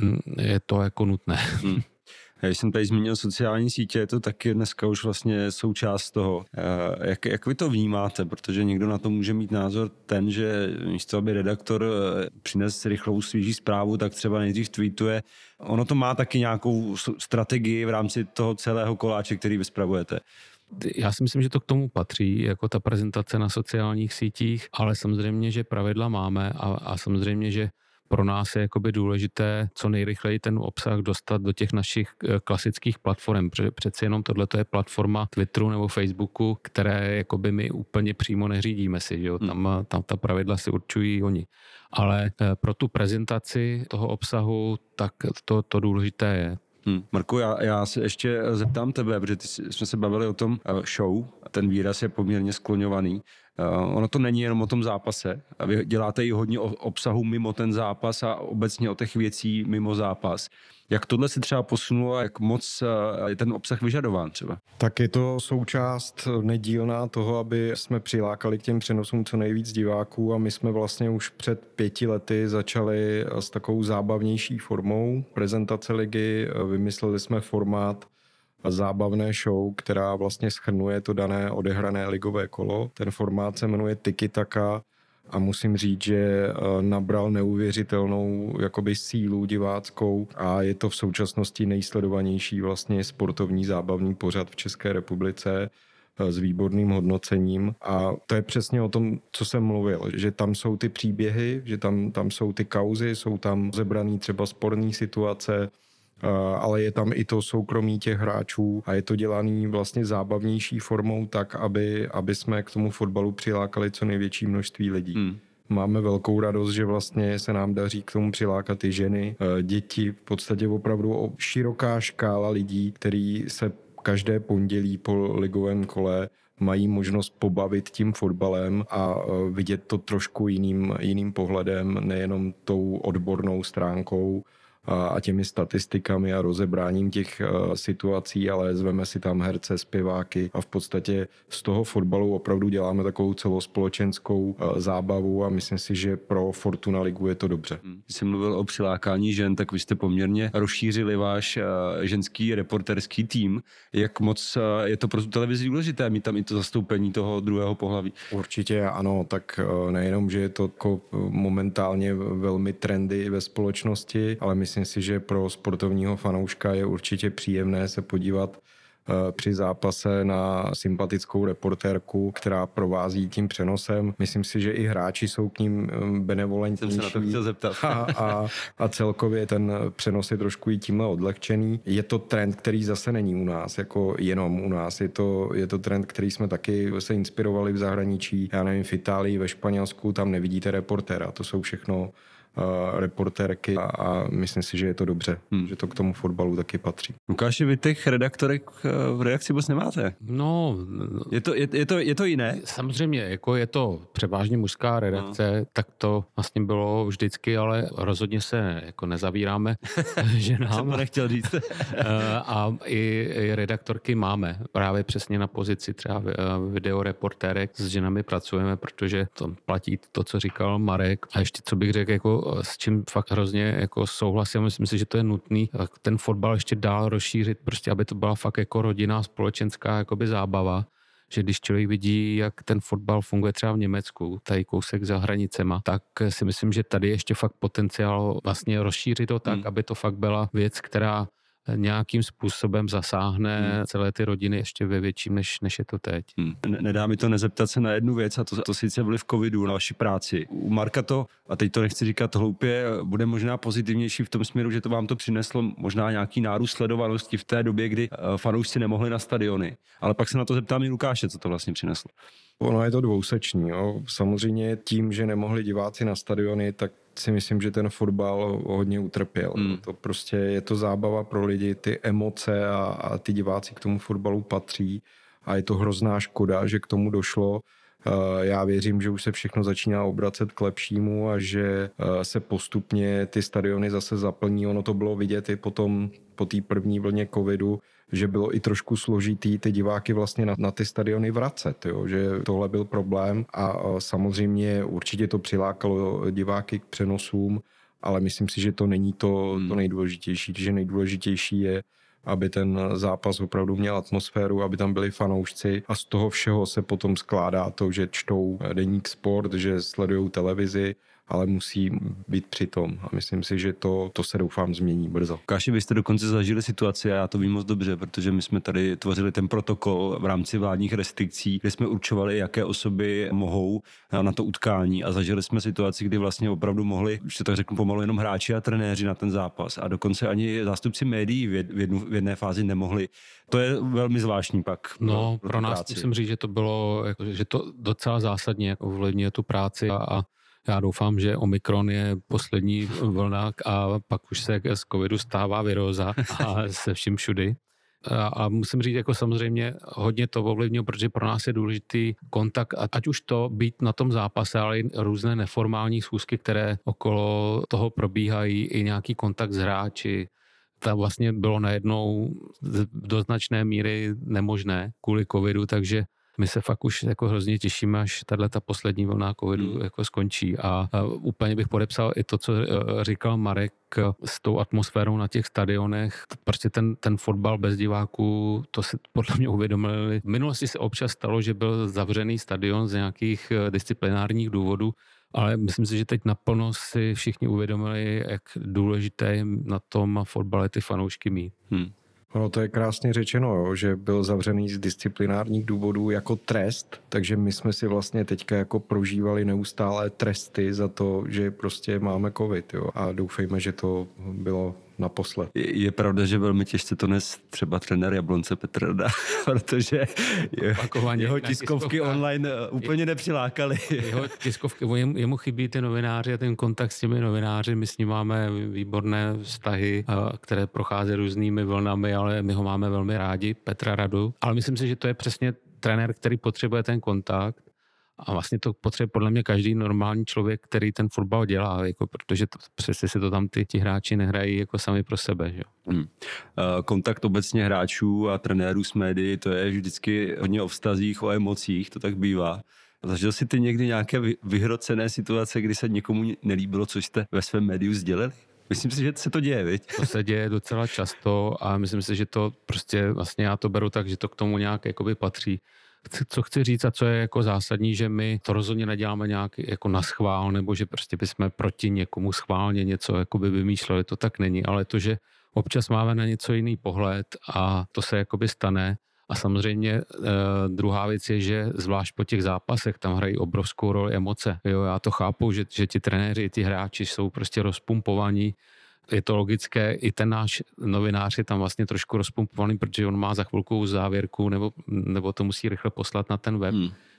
je to jako nutné. Hmm. Já jsem tady zmínil sociální sítě, je to taky dneska už vlastně součást toho. Jak, jak vy to vnímáte? Protože někdo na to může mít názor ten, že místo, aby redaktor přines rychlou svíží zprávu, tak třeba nejdřív tweetuje. Ono to má taky nějakou strategii v rámci toho celého koláče, který vy spravujete. Já si myslím, že to k tomu patří, jako ta prezentace na sociálních sítích, ale samozřejmě, že pravidla máme a, a samozřejmě, že pro nás je jakoby důležité co nejrychleji ten obsah dostat do těch našich klasických platform. Přeci jenom tohle je platforma Twitteru nebo Facebooku, které jakoby my úplně přímo neřídíme si, že jo? Tam, tam ta pravidla si určují oni. Ale pro tu prezentaci toho obsahu, tak to, to důležité je. Hmm. Marku, já, já se ještě zeptám tebe, protože ty, jsme se bavili o tom show, ten výraz je poměrně skloňovaný. Uh, ono to není jenom o tom zápase. A vy děláte i hodně obsahu mimo ten zápas a obecně o těch věcí mimo zápas. Jak tohle se třeba posunulo a jak moc je ten obsah vyžadován třeba? Tak je to součást nedílná toho, aby jsme přilákali k těm přenosům co nejvíc diváků a my jsme vlastně už před pěti lety začali s takovou zábavnější formou prezentace ligy. Vymysleli jsme formát zábavné show, která vlastně shrnuje to dané odehrané ligové kolo. Ten formát se jmenuje Tiki Taka a musím říct, že nabral neuvěřitelnou jakoby sílu diváckou a je to v současnosti nejsledovanější vlastně sportovní zábavný pořad v České republice s výborným hodnocením a to je přesně o tom, co jsem mluvil, že tam jsou ty příběhy, že tam, tam jsou ty kauzy, jsou tam zebraný třeba sporné situace, ale je tam i to soukromí těch hráčů a je to dělaný vlastně zábavnější formou tak, aby, aby jsme k tomu fotbalu přilákali co největší množství lidí. Hmm. Máme velkou radost, že vlastně se nám daří k tomu přilákat i ženy, děti, v podstatě opravdu široká škála lidí, který se každé pondělí po ligovém kole mají možnost pobavit tím fotbalem a vidět to trošku jiným, jiným pohledem, nejenom tou odbornou stránkou a těmi statistikami a rozebráním těch situací, ale zveme si tam herce, zpěváky a v podstatě z toho fotbalu opravdu děláme takovou celospolečenskou zábavu a myslím si, že pro Fortuna ligu je to dobře. Když jsem mluvil o přilákání žen, tak vy jste poměrně rozšířili váš ženský reporterský tým. Jak moc je to pro tu televizi důležité mít tam i to zastoupení toho druhého pohlaví? Určitě ano, tak nejenom, že je to jako momentálně velmi trendy ve společnosti, ale myslím si, že pro sportovního fanouška je určitě příjemné se podívat při zápase na sympatickou reportérku, která provází tím přenosem. Myslím si, že i hráči jsou k ním benevolentnější. Jsem se na to chtěl zeptat. A, a, a celkově ten přenos je trošku i tímhle odlehčený. Je to trend, který zase není u nás, jako jenom u nás. Je to, je to trend, který jsme taky se inspirovali v zahraničí. Já nevím, v Itálii, ve Španělsku, tam nevidíte reportéra. To jsou všechno reportérky a, a myslím si, že je to dobře, hmm. že to k tomu fotbalu taky patří. Lukáši, vy těch redaktorek v redakci vůbec nemáte? No, je to, je, je, to, je to jiné? Samozřejmě, jako je to převážně mužská redakce, no. Tak to vlastně bylo vždycky, ale rozhodně se jako nezavíráme ženám. Jsem to nechtěl říct. A i, i redaktorky máme. Právě přesně na pozici třeba videoreportérek s ženami pracujeme, protože to platí to, co říkal Marek. A ještě co bych řekl, jako s čím fakt hrozně jako souhlasím, myslím si, že to je nutný, ten fotbal ještě dál rozšířit, prostě aby to byla fakt jako rodinná, společenská jakoby zábava. Že když člověk vidí, jak ten fotbal funguje třeba v Německu, tady kousek za hranicema, tak si myslím, že tady ještě fakt potenciál vlastně rozšířit to tak, hmm. aby to fakt byla věc, která nějakým způsobem zasáhne hmm. celé ty rodiny ještě ve větším, než, než je to teď. Hmm. Nedá mi to nezeptat se na jednu věc, a to, to sice vliv covidu na vaši práci. U Marka to, a teď to nechci říkat hloupě, bude možná pozitivnější v tom směru, že to vám to přineslo možná nějaký nárůst sledovanosti v té době, kdy fanoušci nemohli na stadiony. Ale pak se na to zeptám i Lukáše, co to vlastně přineslo. Ono je to dvousečný. Jo. Samozřejmě tím, že nemohli diváci na stadiony, tak si myslím, že ten fotbal hodně utrpěl. Hmm. To prostě je to zábava pro lidi, ty emoce a, a ty diváci k tomu fotbalu patří a je to hrozná škoda, že k tomu došlo. Já věřím, že už se všechno začíná obracet k lepšímu a že se postupně ty stadiony zase zaplní. Ono to bylo vidět i potom po té první vlně covidu, že bylo i trošku složitý ty diváky vlastně na, na ty stadiony vracet, jo? Že tohle byl problém a samozřejmě určitě to přilákalo diváky k přenosům, ale myslím si, že to není to, hmm. to nejdůležitější, že nejdůležitější je, aby ten zápas opravdu měl atmosféru, aby tam byli fanoušci a z toho všeho se potom skládá to, že čtou deník Sport, že sledujou televizi, ale musí být přitom. A myslím si, že to, to se doufám změní brzo. Káši, vy jste dokonce zažili situaci a já to vím moc dobře, protože my jsme tady tvořili ten protokol v rámci vládních restrikcí, kde jsme určovali, jaké osoby mohou na to utkání a zažili jsme situaci, kdy vlastně opravdu mohli, už to tak řeknu pomalu, jenom hráči a trenéři na ten zápas a dokonce ani zástupci médií v, jednu, v jedné fázi nemohli. To je velmi zvláštní pak. No, pro, pro, pro nás práci. Musím říct, že to bylo, jako, že to docela zásadně jako ovlivňuje tu práci a, a já doufám, že Omikron je poslední vlna a pak už se z covidu stává viróza a se vším všudy. A, a musím říct, jako samozřejmě hodně to ovlivnilo, protože pro nás je důležitý kontakt, ať už to být na tom zápase, ale i různé neformální schůzky, které okolo toho probíhají, i nějaký kontakt s hráči. To vlastně bylo najednou do značné míry nemožné kvůli covidu, takže my se fakt už jako hrozně těšíme, až tato poslední vlna covidu hmm. jako skončí. A, a úplně bych podepsal i to, co říkal Marek s tou atmosférou na těch stadionech. Prostě ten, ten fotbal bez diváků, to si podle mě uvědomili. V minulosti se občas stalo, že byl zavřený stadion z nějakých disciplinárních důvodů, ale myslím si, že teď naplno si všichni uvědomili, jak důležité je na tom fotbale ty fanoušky mít. Hmm. Ono to je krásně řečeno, jo, že byl zavřený z disciplinárních důvodů jako trest, takže my jsme si vlastně teďka jako prožívali neustále tresty za to, že prostě máme covid, jo, a doufejme, že to bylo naposled. Je, je pravda, že velmi těžce to nes třeba trenér Jablonce Petr Rada, protože je, jeho tiskovky online úplně nepřilákaly. Jeho tiskovky, jemu chybí ty novináři a ten kontakt s těmi novináři, my s ním máme výborné vztahy, které prochází různými vlnami, ale my ho máme velmi rádi, Petra Radu. Ale myslím si, že to je přesně trenér, který potřebuje ten kontakt. A vlastně to potřebuje podle mě každý normální člověk, který ten fotbal dělá, jako, protože to, přesně si to tam ty, ti hráči nehrají jako sami pro sebe. Že? Hmm. Kontakt obecně hráčů a trenérů s médií, to je vždycky hodně o vztazích, o emocích, to tak bývá. Zažil jsi ty někdy nějaké vyhrocené situace, kdy se někomu nelíbilo, co jste ve svém médiu sdělili? Myslím si, že se to děje, viď? To se děje docela často a myslím si, že to prostě vlastně já to beru tak, že to k tomu nějak jakoby patří. Co chci říct a co je jako zásadní, že my to rozhodně neděláme nějak jako na schvál, nebo že prostě bychom proti někomu schválně něco jakoby vymýšleli, to tak není, ale to, že občas máme na něco jiný pohled a to se jakoby stane. A samozřejmě eh, druhá věc je, že zvlášť po těch zápasech tam hrají obrovskou roli emoce. Jo, já to chápu, že, že ti trenéři, ti hráči jsou prostě rozpumpovaní. Je to logické, i ten náš novinář je tam vlastně trošku rozpumpovaný, protože on má za chvilku závěrku nebo, nebo to musí rychle poslat na ten web. Hmm.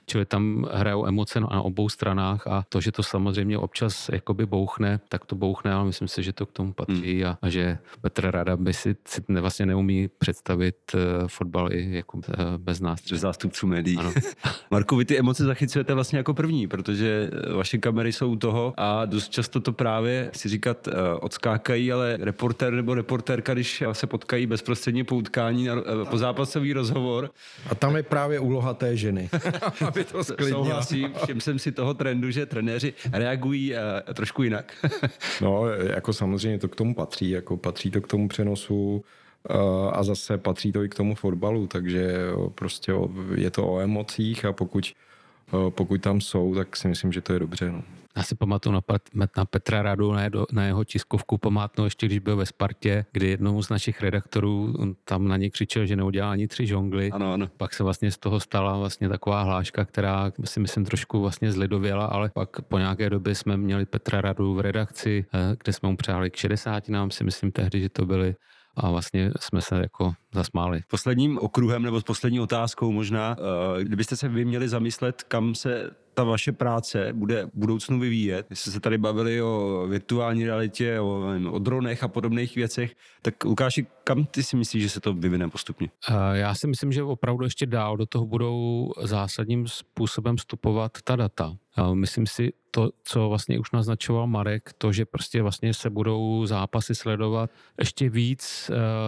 čili tam hrajou emoce na obou stranách a to, že to samozřejmě občas jakoby bouchne, tak to bouchne, ale myslím si, že to k tomu patří hmm. a, a že Petr Rada by si, si vlastně neumí představit uh, fotbal i jako uh, bez nás. Bez zástupců médií. Marku, vy ty emoce zachycujete vlastně jako první, protože vaše kamery jsou u toho a dost často to právě, si říkat, uh, odskákají, ale reportér nebo reportérka, když se potkají bezprostředně po utkání na uh, pozápasový rozhovor. A tam je právě úloha té ženy, aby to sklidnila. Souhlasím, všim jsem si toho trendu, že trenéři reagují uh, trošku jinak. No, jako samozřejmě to k tomu patří, jako patří to k tomu přenosu uh, a zase patří to i k tomu fotbalu, takže prostě je to o emocích a pokud, uh, pokud tam jsou, tak si myslím, že to je dobře, no. Já si pamatuju na, na Petra Radu, na, jeho, na jeho tiskovku památnou ještě, když byl ve Spartě, kdy jednomu z našich redaktorů tam na ně křičel, že neudělal ani tři žongly. Ano, ano. Pak se vlastně z toho stala vlastně taková hláška, která si myslím trošku vlastně zlidověla, ale pak po nějaké době jsme měli Petra Radu v redakci, kde jsme mu přáli k šedesáti nám, si myslím tehdy, že to byly. A vlastně jsme se jako zasmáli. Posledním okruhem nebo s poslední otázkou možná, kdybyste se vy měli zamyslet, kam se ta vaše práce bude v budoucnu vyvíjet. My jsme se tady bavili o virtuální realitě, o, o dronech a podobných věcech, tak Lukáši, kam ty si myslíš, že se to vyvine postupně? Já si myslím, že opravdu ještě dál do toho budou zásadním způsobem vstupovat ta data. Myslím si to, co vlastně už naznačoval Marek, to, že prostě vlastně se budou zápasy sledovat ještě víc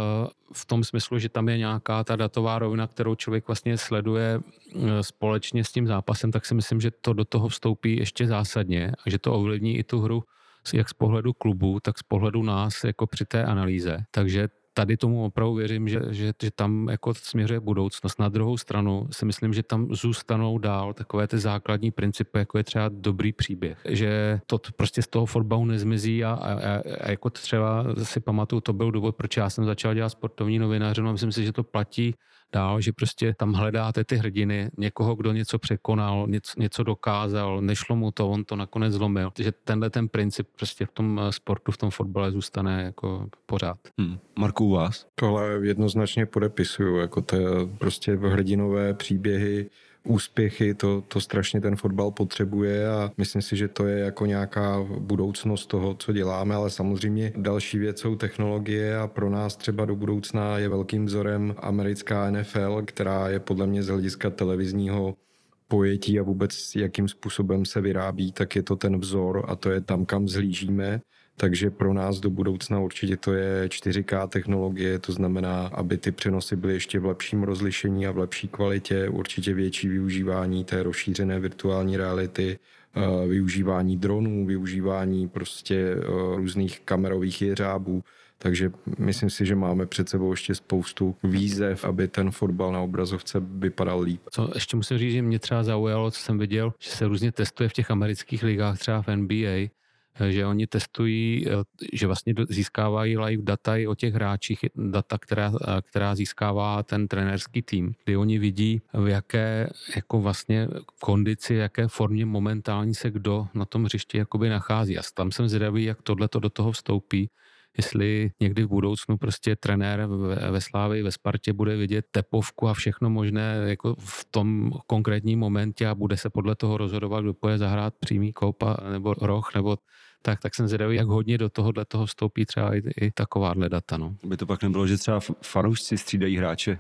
v tom smyslu, že tam je nějaká ta datová rovina, kterou člověk vlastně sleduje společně s tím zápasem, tak si myslím, že to do toho vstoupí ještě zásadně a že to ovlivní i tu hru jak z pohledu klubu, tak z pohledu nás jako při té analýze. Takže tady tomu opravdu věřím, že, že, že tam jako směřuje budoucnost. Na druhou stranu si myslím, že tam zůstanou dál takové ty základní principy, jako je třeba dobrý příběh. Že to prostě z toho fotbalu nezmizí a, a, a jako třeba si pamatuju, to byl důvod, proč já jsem začal dělat sportovní novináře, a myslím si, že to platí dál, že prostě tam hledáte ty hrdiny, někoho, kdo něco překonal, něco, něco dokázal, nešlo mu to, on to nakonec zlomil. Že tenhle ten princip prostě v tom sportu, v tom fotbale zůstane jako pořád. Hmm. Marku, u vás? Tohle jednoznačně podepisuju, jako to prostě hrdinové příběhy, úspěchy, to, to strašně ten fotbal potřebuje a myslím si, že to je jako nějaká budoucnost toho, co děláme, ale samozřejmě další věc jsou technologie a pro nás třeba do budoucna je velkým vzorem americká N F L, která je podle mě z hlediska televizního pojetí a vůbec jakým způsobem se vyrábí, tak je to ten vzor a to je tam, kam zhlížíme. Takže pro nás do budoucna určitě to je čtyři ká technologie, to znamená, aby ty přenosy byly ještě v lepším rozlišení a v lepší kvalitě, určitě větší využívání té rozšířené virtuální reality, využívání dronů, využívání prostě různých kamerových jeřábů. Takže myslím si, že máme před sebou ještě spoustu výzev, aby ten fotbal na obrazovce vypadal líp. Co ještě musím říct, že mě třeba zaujalo, co jsem viděl, že se různě testuje v těch amerických ligách, třeba v N B A, že oni testují, že vlastně získávají live data i o těch hráčích, data, která, která získává ten trenérský tým, kdy oni vidí, v jaké jako vlastně kondici, jaké formě momentálně se kdo na tom hřišti jakoby nachází. A tam jsem zvědavý, jak tohleto do toho vstoupí, jestli někdy v budoucnu prostě trenér ve, ve Slávii, ve Spartě bude vidět tepovku a všechno možné jako v tom konkrétním momentě a bude se podle toho rozhodovat, kdo půjde zahrát přímý koup a, nebo roh, nebo tak, tak jsem zvědavý, jak hodně do tohohle toho vstoupí třeba i, i takováhle data. No. By to pak nebylo, že třeba fanoušci střídají hráče.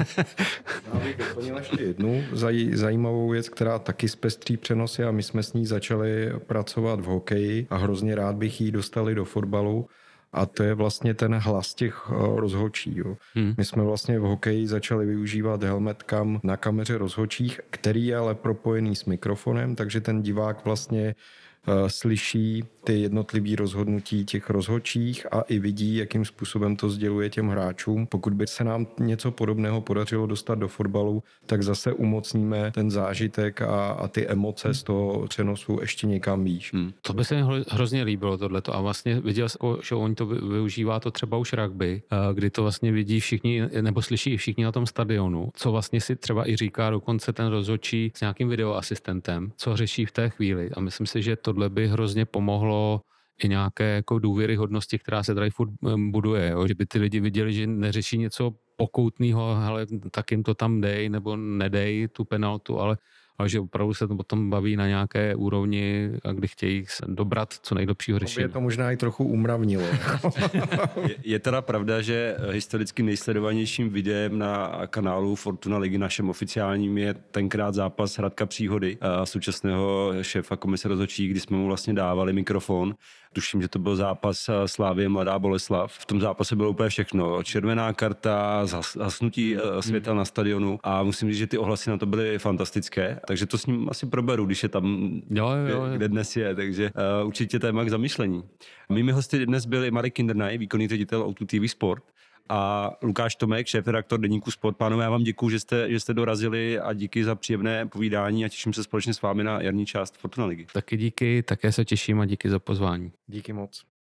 Já bych doplnil ještě jednu zaj, zajímavou věc, která taky zpestří přenosy a my jsme s ní začali pracovat v hokeji a hrozně rád bych ji dostali do fotbalu. A to je vlastně ten hlas těch rozhodčí. Jo. Hmm. My jsme vlastně v hokeji začali využívat helmet cam na kameře rozhodčích, který je ale propojený s mikrofonem, takže ten divák vlastně uh, slyší ty jednotlivé rozhodnutí těch rozhodčích a i vidí, jakým způsobem to sděluje těm hráčům. Pokud by se nám něco podobného podařilo dostat do fotbalu, tak zase umocníme ten zážitek a, a ty emoce z toho přenosu ještě někam výš. Hmm. To by se mi hrozně líbilo tohleto a vlastně viděl jsem, že oni to využívá to třeba už rugby, kdy to vlastně vidí všichni, nebo slyší všichni na tom stadionu, co vlastně si třeba i říká dokonce ten rozhodčí s nějakým videoasistentem, co řeší v té chvíli a myslím si, že tohle by hrozně pomohlo i nějaké jako důvěryhodnosti, která se tady furt buduje, jo? Že by ty lidi viděli, že neřeší něco pokoutného, ale tak jim to tam dej nebo nedej tu penaltu, ale ale že opravdu se to potom baví na nějaké úrovni a kdy chtějí se dobrat co nejlepšího řešení. Je to možná i trochu umravnilo. je, je teda pravda, že historicky nejsledovanějším videem na kanálu Fortuna ligy našem oficiálním je tenkrát zápas Hradka Příhody a současného šéfa komise rozhodčí, kdy jsme mu vlastně dávali mikrofon. Tuším, že to byl zápas Slávie Mladá Boleslav. V tom zápase bylo úplně všechno. Červená karta, zhasnutí světel na stadionu a musím říct, že ty ohlasy na to byly fantastické, takže to s ním asi proberu, když je tam, jo, jo, jo. kde dnes je, takže uh, určitě téma k zamyšlení. Mými hosty dnes byli Marek Kindernaj, výkonný ředitel O dva T V Sport, a Lukáš Tomek, šéfredaktor deníku Sport. Pánové, já vám děkuju, že jste, že jste dorazili a díky za příjemné povídání a těším se společně s vámi na jarní část Fortuna ligy. Taky díky, také se těším a díky za pozvání. Díky moc.